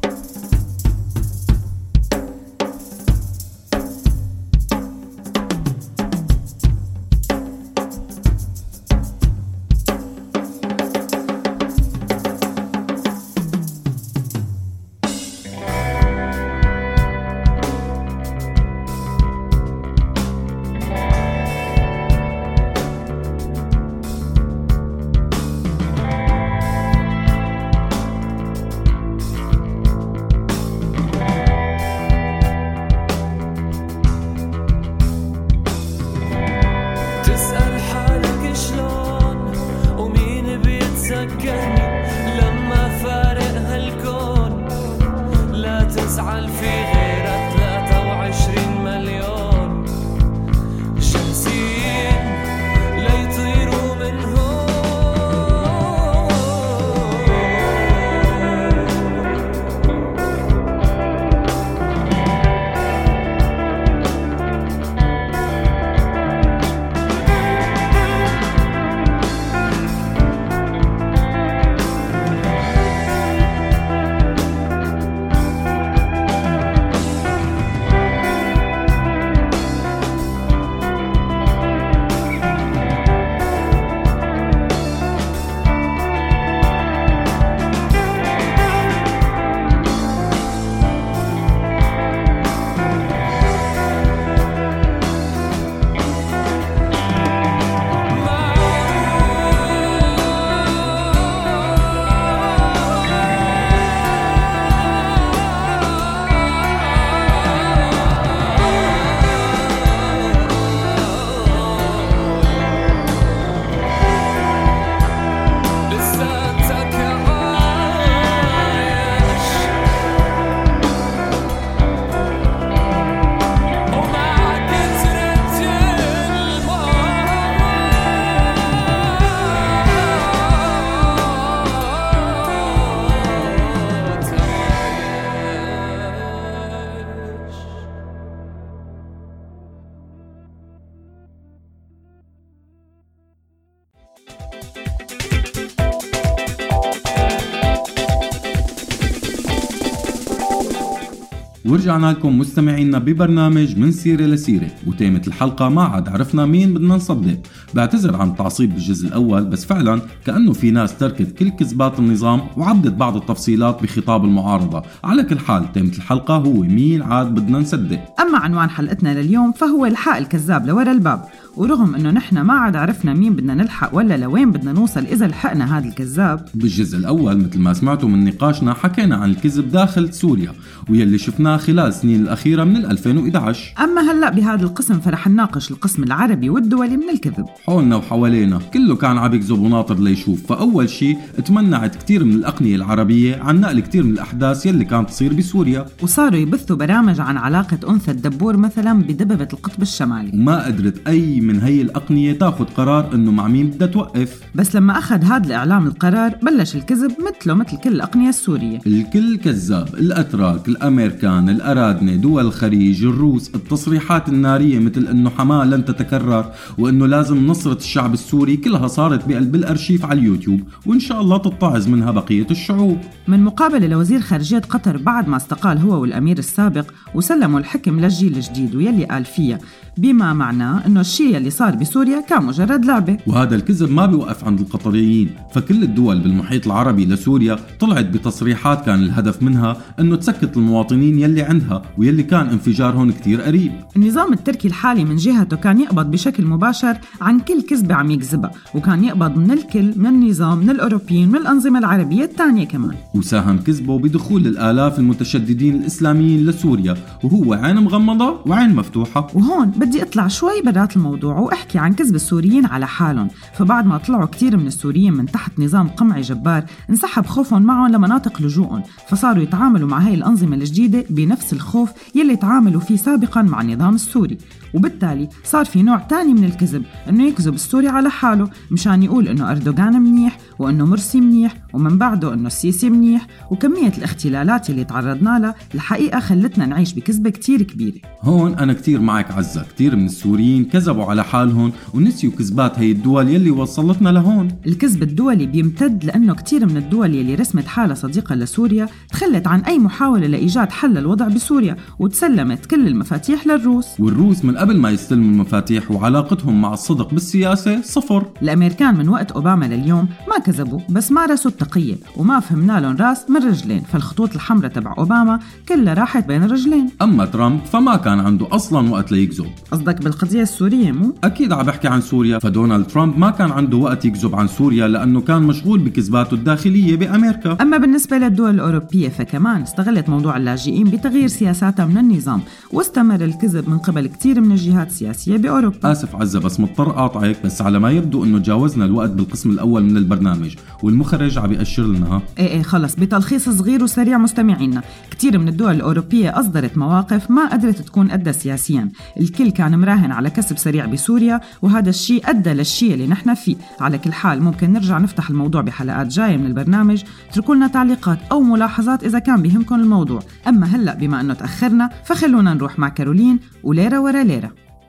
C: ورجعنا لكم مستمعينا ببرنامج من سيرة لسيرة، وتيمة الحلقة ما عاد عرفنا مين بدنا نصدق. بعتذر عن التعصيب بالجزء الأول، بس فعلا كأنه في ناس تركت كل كذبات النظام وعدت بعض التفصيلات بخطاب المعارضة. على كل حال تيمة الحلقة هو مين عاد بدنا نصدق.
B: أما عنوان حلقتنا لليوم فهو الحق الكذاب لورا الباب. ورغم انه نحن ما عاد عرفنا مين بدنا نلحق ولا لوين بدنا نوصل اذا لحقنا هذا الكذاب.
C: بالجزء الاول مثل ما سمعتوا من نقاشنا حكينا عن الكذب داخل سوريا واللي شفناه خلال السنين الاخيره من ألفين وإحدى عشر.
B: اما هلا بهذا القسم فرح نناقش القسم العربي والدولي من الكذب.
C: حولنا وحوالينا كله كان عم يكذب وناطر ليشوف. فاول شيء تمنعت كتير من الاقنيه العربيه عن نقل كتير من الاحداث يلي كانت تصير بسوريا،
B: وصاروا يبثوا برامج عن علاقه انثى الدبور مثلا بدببه القطب الشمالي،
C: وما قدرت اي من هي الأقنية تاخد قرار إنه مع مين بدها توقف.
B: بس لما أخذ هذا الإعلام القرار بلش الكذب مثله مثل كل الأقنية السورية.
C: الكل كذاب، الأتراك، الأمريكان، الأرادنة، دول الخليج، الروس، التصريحات النارية مثل إنه حماة لن تتكرر وإنه لازم نصرة الشعب السوري كلها صارت بقلب الأرشيف على اليوتيوب، وإن شاء الله تتعظ منها بقية الشعوب.
B: من مقابلة لوزير خارجية قطر بعد ما استقال هو والأمير السابق وسلموا الحكم للجيل الجديد، ويلي قال فيها بما معناه إنه الشيء اللي صار بسوريا كان مجرد لعبة.
C: وهذا الكذب ما بيوقف عند القطريين، فكل الدول بالمحيط العربي لسوريا طلعت بتصريحات كان الهدف منها إنه تسكت المواطنين يلي عندها ويلي كان انفجارهم كتير قريب.
B: النظام التركي الحالي من جهته كان يقبض بشكل مباشر عن كل كذبة عم يكذبها، وكان يقبض من الكل، من النظام، من الأوروبيين، من الأنظمة العربية الثانية كمان.
C: وساهم كذبه بدخول الآلاف المتشددين الإسلاميين لسوريا وهو عين مغمضة وعين مفتوحة.
B: وهون بدي اطلع شوي برات الموضوع واحكي عن كذب السوريين على حالهم. فبعد ما طلعوا كتير من السوريين من تحت نظام قمعي جبار انسحب خوفهم معهم لمناطق لجوءهم، فصاروا يتعاملوا مع هاي الأنظمة الجديدة بنفس الخوف يلي تعاملوا فيه سابقا مع النظام السوري. وبالتالي صار في نوع تاني من الكذب، انه يكذب السوري على حاله مشان يقول انه اردوغان منيح وانه مرسي منيح ومن بعده انه السيسي منيح. وكمية الاختلالات اللي تعرضنا لها الحقيقة خلتنا نعيش بكذبة كتير كبيرة.
C: هون انا كتير معك عزة، كتير من السوريين كذبوا على حالهم ونسيوا كذبات هي الدول يلي وصلتنا لهون.
B: الكذب الدولي بيمتد لانه كتير من الدول يلي رسمت حالها صديقة لسوريا تخلت عن اي محاولة لايجاد حل للوضع بسوريا وتسلمت كل المفاتيح للروس.
C: والروس من قبل ما يستلموا المفاتيح وعلاقتهم مع الصدق بالسياسة صفر.
B: الأمريكان من وقت أوباما لليوم ما كذبوا، بس مارسوا التقية وما فهمنا لهم راس من رجلين، فالخطوط الحمراء تبع أوباما كلها راحت بين الرجلين.
C: أما ترامب فما كان عنده أصلاً وقت ليكذب.
B: قصدك بالقضية السورية مو؟
C: أكيد عم بحكي عن سوريا. فدونالد ترامب ما كان عنده وقت يكذب عن سوريا لأنه كان مشغول بكذباته الداخلية بأمريكا.
B: أما بالنسبة للدول الأوروبية فكمان استغلت موضوع اللاجئين بتغيير سياساتها من النظام، واستمر الكذب من قبل كتير من الجهات السياسية بأوروبا.
C: آسف عزة بس مضطر قاطعك، بس على ما يبدو إنه تجاوزنا الوقت بالقسم الأول من البرنامج والمخرج عم يأشر لنا.
B: إيه إيه خلص بتلخيص صغير وسريع مستمعينا، كتير من الدول الأوروبية أصدرت مواقف ما قدرت تكون قدها سياسيا، الكل كان مراهن على كسب سريع بسوريا، وهذا الشيء أدى للشيء اللي نحن فيه. على كل حال ممكن نرجع نفتح الموضوع بحلقات جاية من البرنامج، اتركوا لنا تعليقات أو ملاحظات إذا كان بيهمكم الموضوع. أما هلأ بما أنه تأخرنا فخلونا نروح مع كارولين وليرة ورا ليرة.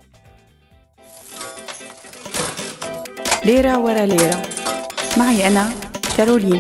H: ليرة ورا ليرة معي أنا كارولين.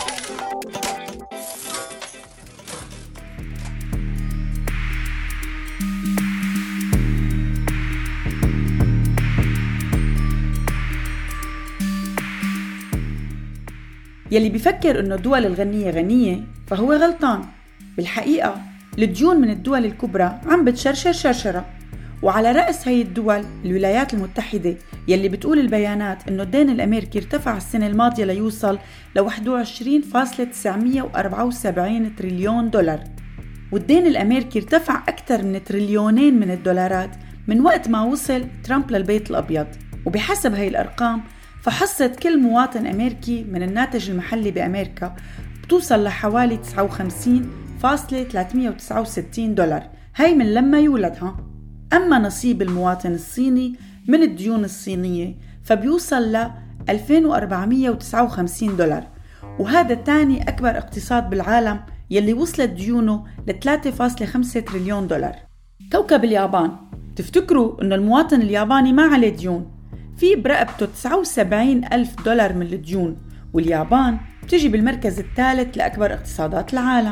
H: يلي بيفكر إنه الدول الغنية غنية فهو غلطان. بالحقيقة الديون من الدول الكبرى عم بتشرشر شرشرة، وعلى رأس هاي الدول الولايات المتحدة يلي بتقول البيانات إنه الدين الأمريكي ارتفع السنة الماضية ليوصل ل واحد وعشرين فاصلة تسعمية وأربعة وسبعين تريليون دولار، والدين الأمريكي ارتفع أكثر من تريليونين من الدولارات من وقت ما وصل ترامب للبيت الأبيض. وبحسب هاي الأرقام فحصة كل مواطن أمريكي من الناتج المحلي بأمريكا بتوصل لحوالي تسعة وخمسين فاصلة ثلاثمية وتسعة وستين دولار، هاي من لما يولدها. أما نصيب المواطن الصيني من الديون الصينية فبيوصل ل ألفين وأربعمية وتسعة وخمسين دولار، وهذا تاني أكبر اقتصاد بالعالم يلي وصلت ديونه ل ثلاثة فاصلة خمسة تريليون دولار. كوكب اليابان، تفتكروا أن المواطن الياباني ما عليه ديون، في برقبته تسعة وسبعين ألف دولار من الديون، واليابان بتجي بالمركز الثالث لأكبر اقتصادات العالم.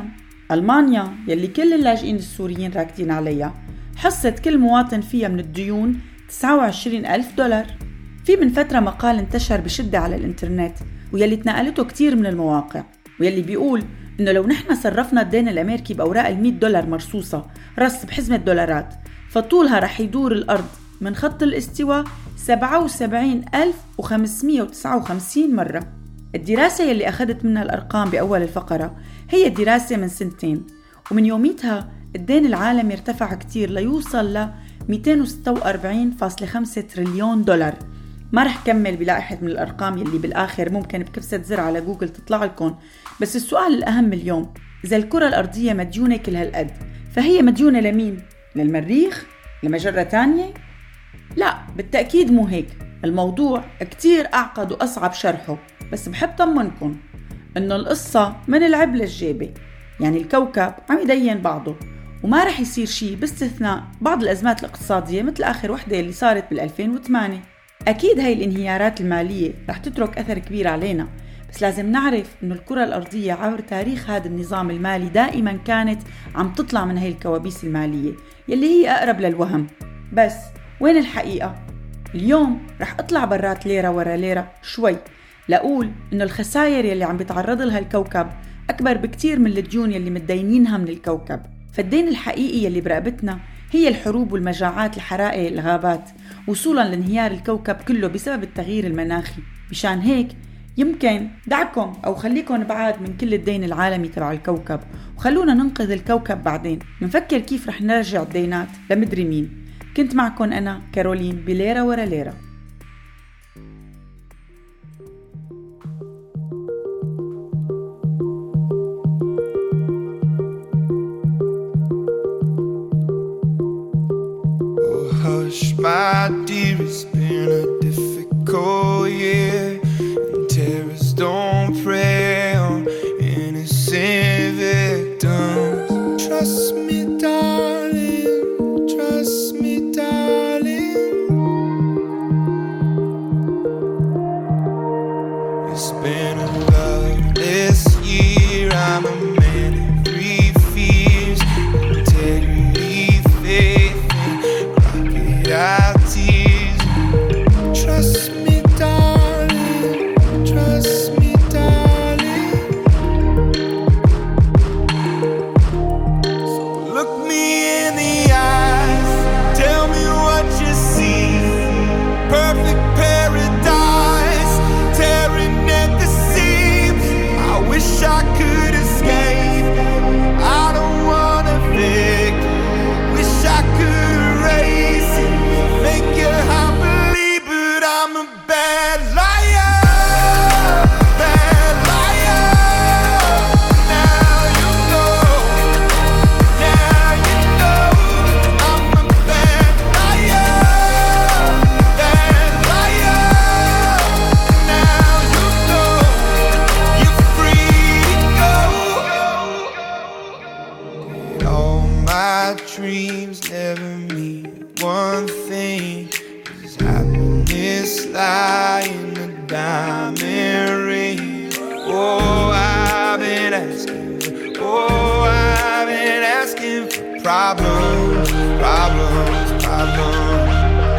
H: ألمانيا يلي كل اللاجئين السوريين راكدين عليها حصت كل مواطن فيها من الديون تسعة وعشرين ألف دولار. في من فترة مقال انتشر بشدة على الانترنت ويلي تنقلته كتير من المواقع، ويلي بيقول إنه لو نحن صرفنا الدين الأمريكي بأوراق المية دولار مرصوصة رص بحزمة دولارات فطولها رح يدور الأرض من خط الاستواء سبعة وسبعين ألف وخمسمية وتسعة وخمسين مرة. الدراسة يلي أخذت منها الأرقام بأول الفقرة هي دراسة من سنتين، ومن يوميتها الدين العالمي ارتفع كتير ليوصل ل مئتين وستة وأربعين فاصلة خمسة تريليون دولار. ما رح كمل بلائحة من الأرقام يلي بالآخر ممكن بكبسة زر على جوجل تطلع لكم، بس السؤال الأهم اليوم إذا الكرة الأرضية مديونة كل هالقد فهي مديونة لمين؟ للمريخ؟ لمجرة تانية؟ لا بالتأكيد مو هيك. الموضوع كتير أعقد وأصعب شرحه، بس بحب طمنكم إنه القصة من العب للجيبة، يعني الكوكب عم يدين بعضه وما رح يصير شيء باستثناء بعض الأزمات الاقتصادية مثل آخر وحدة اللي صارت بالألفين وثمانية. أكيد هاي الانهيارات المالية رح تترك أثر كبير علينا، بس لازم نعرف إنه الكرة الأرضية عبر تاريخ هذا النظام المالي دائما كانت عم تطلع من هاي الكوابيس المالية يلي هي أقرب للوهم. بس وين الحقيقة؟ اليوم رح أطلع برات ليرة ورا ليرة شوي لأقول إنه الخسائر يلي عم بيتعرض لها الكوكب أكبر بكتير من الديون يلي متدينينها من الكوكب. فالدين الحقيقي يلي برقبتنا هي الحروب والمجاعات، الحرائق، الغابات، وصولا لانهيار الكوكب كله بسبب التغيير المناخي. مشان هيك يمكن دعكم أو خليكم بعاد من كل الدين العالمي تبع الكوكب وخلونا ننقذ الكوكب بعدين، نفكر كيف رح نرجع الدينات لمدري مين. كنت معكم أنا كارولين بليرة ورا ليرة.
A: Hush, my dear, it's been a difficult year, and terrorists don't prey on innocent victims. Trust me, darling, trust me, darling. It's been a loveless year. I'm a man of three fears: integrity, faith, our tears. Trust me, darling, trust me, darling. So look me in the eyes, tell me what you see. Perfect paradise, tearing at the seams. I wish I could escape. I don't wanna fake. Wish I could erase it, make your heart believe, but I'm a bad liar, bad liar. Now you know, now you know, I'm a bad liar, bad liar. Now you know, you're free to go. All my dreams never mean one thing, 'cause happiness lie in a diamond ring. Oh, I've been asking, oh, I've been asking for problems, problems, problems.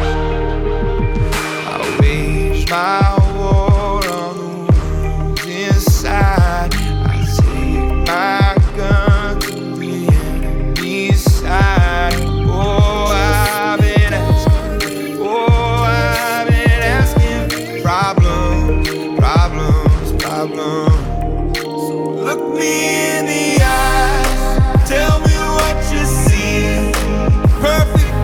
A: I wage my war on the wounds inside. I take my gun to the enemy's side. Oh, I've been asking, oh, I've been asking for problems, problems, problems. So look me in the eyes, tell me what you see. Perfect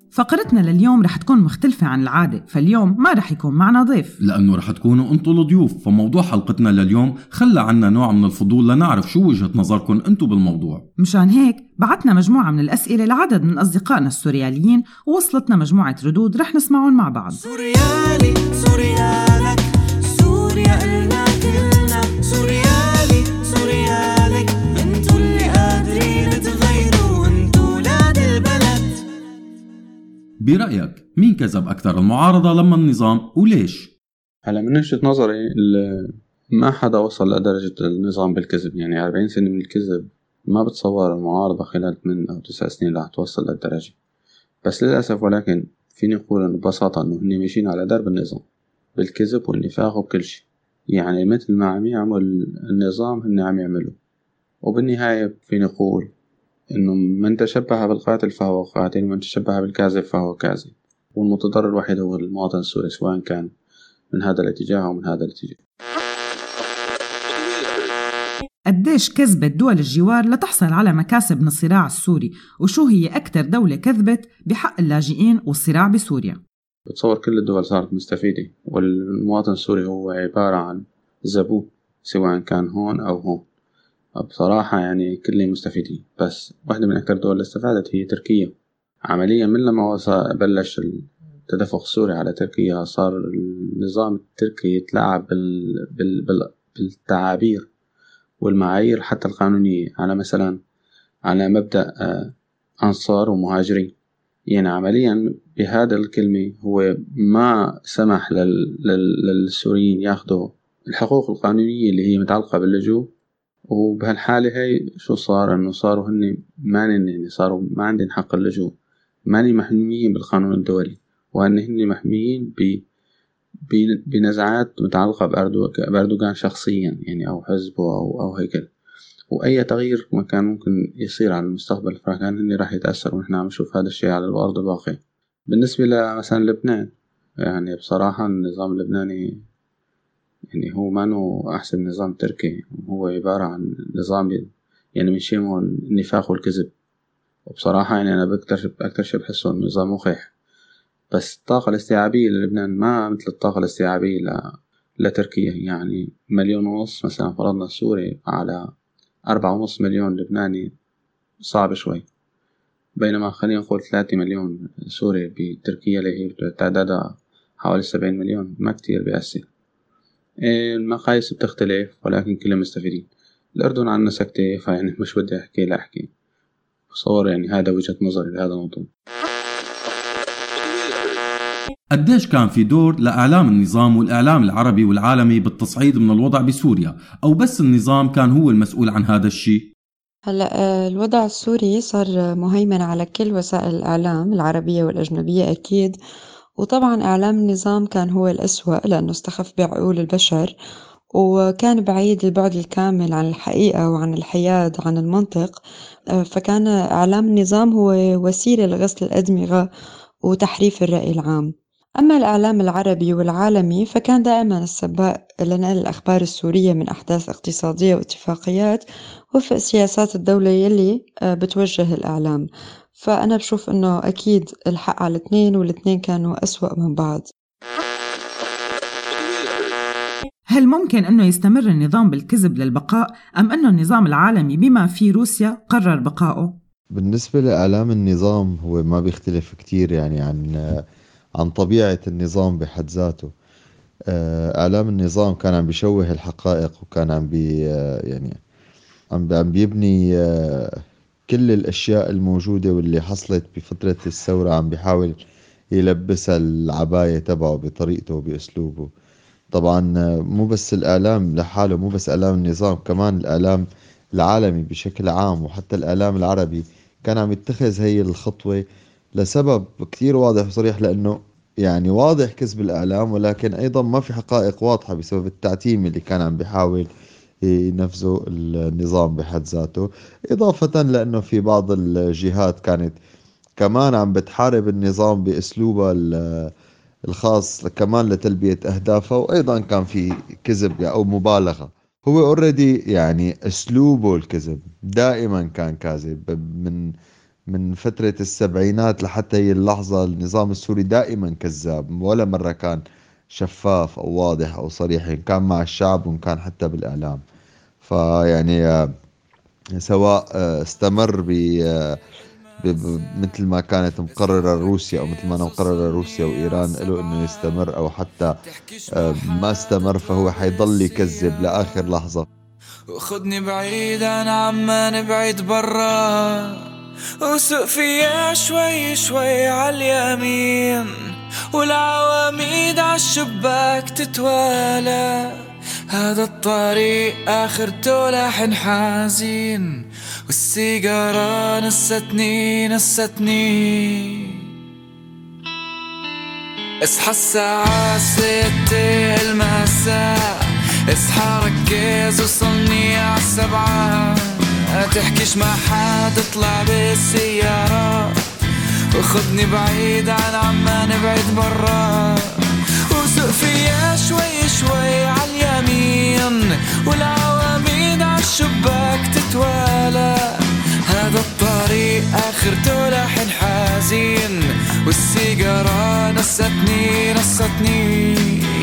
B: فقرتنا لليوم رح تكون مختلفة عن العادة، فاليوم ما رح يكون معنا ضيف
C: لأنه رح تكونوا أنتوا الضيوف. فموضوع حلقتنا لليوم خلى عنا نوع من الفضول لنعرف شو وجهة نظركم أنتوا بالموضوع.
B: مشان هيك بعتنا مجموعة من الأسئلة لعدد من أصدقائنا السورياليين، ووصلتنا مجموعة ردود رح نسمعون مع بعض.
I: سوريالي سوريالك سوريا إلنا كلنا، سوريالي سوريالك انتو اللي قادرين تغيروا، انتو ولاد البلد.
C: برأيك مين كذب أكثر، المعارضة لما النظام، وليش؟
J: هلا من وجهة نظري ما حدا وصل لدرجة النظام بالكذب، يعني أربعين سنة من الكذب ما بتصور المعارضة خلال ثمانية أو تسع سنين رح توصل للدرجة. بس للأسف ولكن فيني أقول ببساطة إنه هني ماشيين على درب النظام بالكذب والنفاق وكل شيء، يعني مثل ما عم يعمل النظام هني عم يعملوا. وبالنهاية فيني أقول إنه من تشبه بالقاتل فهو قاتل، ومن تشبه بالكاذب فهو كاذب، والمتضرر الوحيد هو المواطن السوري سواء كان من هذا الاتجاه أو من هذا الاتجاه.
B: قديش كذبت دول الجوار لتحصل على مكاسب من الصراع السوري، وشو هي أكتر دولة كذبت بحق اللاجئين والصراع بسوريا؟
J: بتصور كل الدول صارت مستفيدة، والمواطن السوري هو عبارة عن زبون سواء كان هون أو هون. بصراحة يعني كلهم مستفيدين، بس واحدة من أكتر الدول اللي استفادت هي تركيا. عمليا من لما بلش التدفق السوري على تركيا صار النظام التركي يتلاعب بال... بال... بال... بالتعابير والمعايير حتى القانونية، على مثلا على مبدأ أنصار ومهاجرين. يعني عمليا بهذا الكلمة هو ما سمح لل... لل... للسوريين ياخدوا الحقوق القانونية اللي هي متعلقة باللجوء. وبهالحالة هاي شو صار؟ إنه صاروا هن مانن يعني صاروا ما عندهم حق اللجوء، ماني محميين بالقانون الدولي، وأن هن محميين ب بنزعات متعلقة بأردوغان شخصيا يعني أو حزبه أو أو هيك. وأي تغيير ما كان ممكن يصير على المستقبل فكان هن راح يتأثر، ونحن عم نشوف هذا الشيء على الأرض الواقع. بالنسبة لمثلا لبنان، يعني بصراحة النظام اللبناني يعني هو ما انه احسن نظام تركي، هو عبارة عن نظام يعني من شيء النفاق والكذب. وبصراحة يعني انا بكتر اكتر شيء بحسه النظام مخيح، بس الطاقة الاستيعابية للبنان ما مثل الطاقة الاستيعابية ل... لتركيا. يعني مليون ونص مثلا فرضنا سوري على أربعة ونص مليون لبناني صعب شوي، بينما خلينا نقول ثلاثة مليون سوري بتركيا اللي هي تعدادها حوالي سبعين مليون ما كتير بيأثر. المقاييس بتختلف ولكن كلهم مستفيدين. الأردن عنا سكتة فيعني مش بدي أحكي لا أحكي، بصور يعني هذا وجهة نظري لهذا الموضوع.
C: قديش كان في دور لإعلام النظام والإعلام العربي والعالمي بالتصعيد من الوضع بسوريا، أو بس النظام كان هو المسؤول عن هذا الشيء؟
K: هلأ الوضع السوري صار مهيمن على كل وسائل الإعلام العربية والأجنبية أكيد، وطبعا إعلام النظام كان هو الأسوأ لأنه استخف بعقول البشر، وكان بعيد البعد الكامل عن الحقيقة وعن الحياد عن المنطق. فكان إعلام النظام هو وسيلة لغسل الأدمغة وتحريف الرأي العام. أما الإعلام العربي والعالمي فكان دائما السباق لنقل الأخبار السورية من أحداث اقتصادية واتفاقيات وفق سياسات الدولة يلي بتوجه الإعلام. فأنا بشوف أنه أكيد الحق على الاثنين، والاثنين كانوا أسوأ من بعض.
B: هل ممكن أنه يستمر النظام بالكذب للبقاء، أم أنه النظام العالمي بما في روسيا قرر بقائه؟
L: بالنسبة لإعلام النظام هو ما بيختلف كتير يعني عن عن طبيعة النظام بحد ذاته. إعلام النظام كان عم بيشوه الحقائق، وكان عم بي يعني عم بيبني كل الأشياء الموجودة واللي حصلت بفترة الثورة، عم بيحاول يلبسها العباية تبعه بطريقته وبأسلوبه. طبعا مو بس الإعلام لحاله، مو بس إعلام النظام، كمان الإعلام العالمي بشكل عام وحتى الإعلام العربي كان عم يتخذ هي الخطوة لسبب كتير واضح وصريح، لأنه يعني واضح كذب الإعلام، ولكن أيضا ما في حقائق واضحة بسبب التعتيم اللي كان عم بيحاول ينفذه النظام بحد ذاته. إضافة لأنه في بعض الجهات كانت كمان عم بتحارب النظام بأسلوبها الخاص كمان لتلبية أهدافها، وأيضا كان في كذب أو مبالغة. هو already يعني أسلوبه الكذب دائما كان كاذب من من فترة السبعينات لحتى هي اللحظة النظام السوري دائما كذاب، ولا مرة كان شفاف أو واضح أو صريح، إن كان مع الشعب وإن كان حتى بالإعلام. فيعني سواء استمر ب مثل ما كانت مقررة روسيا أو مثل ما مقررة روسيا وإيران له إنه يستمر، أو حتى ما استمر، فهو حيضل يكذب لآخر لحظة.
I: وخدني بعيد عن عمان بعيد برا، وسوق فيها شوي شوي عاليمين، والعواميد عالشباك تتوالى. هذا الطريق آخرته لحن حزين، والسيجارة نستني نستني. اصحى الساعة ستة المساء، اصحى ركز وصلني عالسبعة. تحكيش مع حد اطلع بالسيارة، وخدني بعيد عن عمان بعيد برا، وسوق فيها شوي شوي عاليمين، والعواميد عالشباك تتوالى. هذا الطريق آخرته لحن حزين، والسيجارة نستني نستني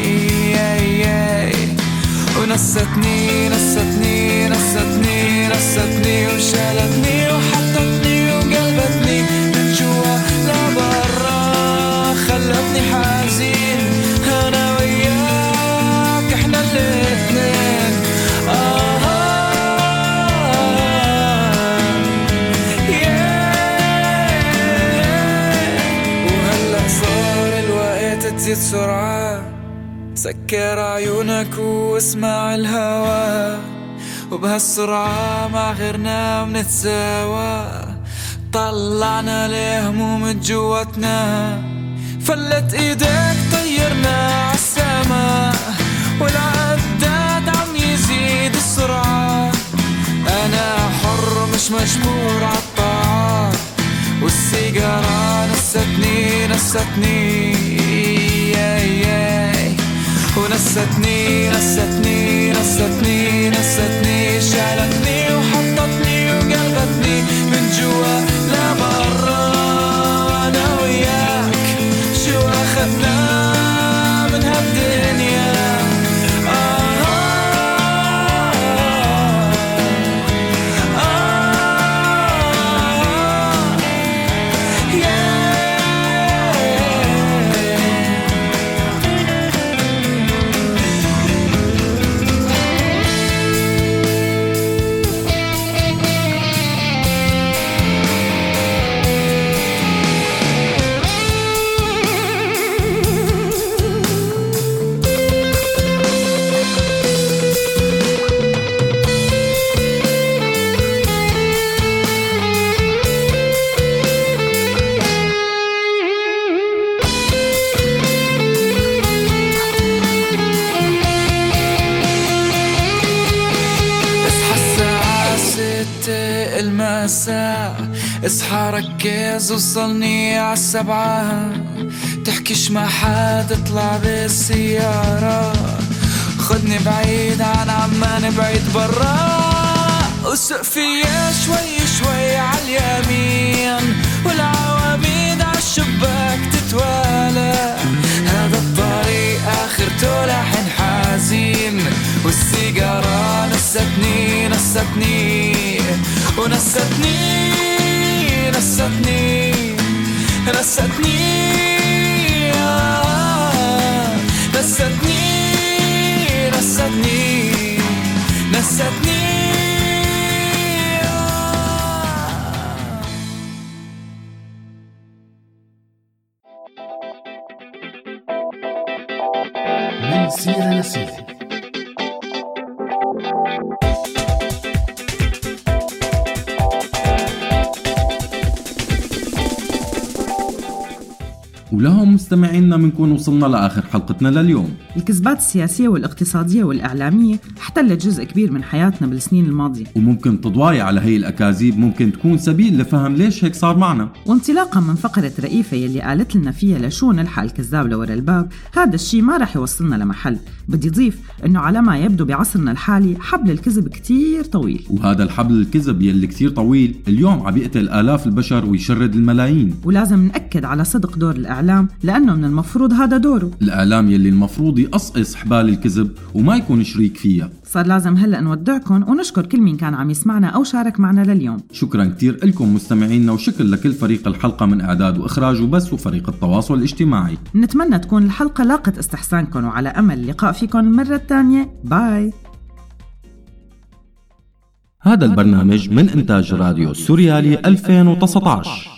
I: ونستني نستني نستني نستني، وشالتني وحطتني وقلبتني من جوا لبرا، خلتني حزين أنا وياك إحنا الاثنين. آه وهلأ صار الوقت تزيد سرعة، سكر عيونك واسمع الهوا، وبهالسرعة مع غيرنا منتساوى. طلعنا لهموم جواتنا، فلت ايدك طيرنا عالسما، والعداد عم يزيد السرعة. انا حر مش مجبور عالطاعة، والسيجارة نستني نستني ونستني نستني نستني نستني، شالتني وحطتني وقلبتني من جوا لبرا. أنا وياك شو أخذنا من هالدنيا؟ اصحى ركز وصلني عالسبعة. تحكيش مع حد اطلع بالسيارة، خدني بعيد عن عمان بعيد برا، وسوق فيها شوي شوي عاليمين، والعواميد عالشباك تتوالى. هذا الطريق آخرته لحن حزين، والسيجارة نستني نستني ونستني نستني نستني نستني نستني نستني.
M: من سيرة لسيرة.
C: ولهم مستمعينا منكون وصلنا لآخر حلقتنا لليوم،
B: الكذبات السياسية والاقتصادية والإعلامية احتلت جزء كبير من حياتنا بالسنين الماضية،
C: وممكن تضوايا على هي الأكاذيب ممكن تكون سبيل لفهم ليش هيك صار معنا.
B: وانطلاقا من فقرة رئيفة يلي قالت لنا فيها لشو نلحق الكذاب لورا الباب، هذا الشيء ما رح يوصلنا لمحل. بدي ضيف انه على ما يبدو بعصرنا الحالي حبل الكذب كتير طويل،
C: وهذا الحبل الكذب يلي كتير طويل اليوم عم يقتل آلاف البشر ويشرد الملايين،
B: ولازم نأكد على صدق دور الإعلام لأنه من المفروض هذا دوره.
C: الإعلام يلي المفروض يقصقص حبال الكذب وما يكون شريك فيها.
B: صار لازم هلأ نودعكم ونشكر كل مين كان عم يسمعنا أو شارك معنا لليوم.
C: شكرا كتير لكم مستمعينا، وشكر لكل فريق الحلقة من إعداد وإخراج وبس وفريق التواصل الاجتماعي.
B: نتمنى تكون الحلقة لاقت استحسانكم، وعلى أمل اللقاء فيكم المرة الثانية. باي.
C: هذا البرنامج من إنتاج راديو سوريالي ألفين وتسعة عشر.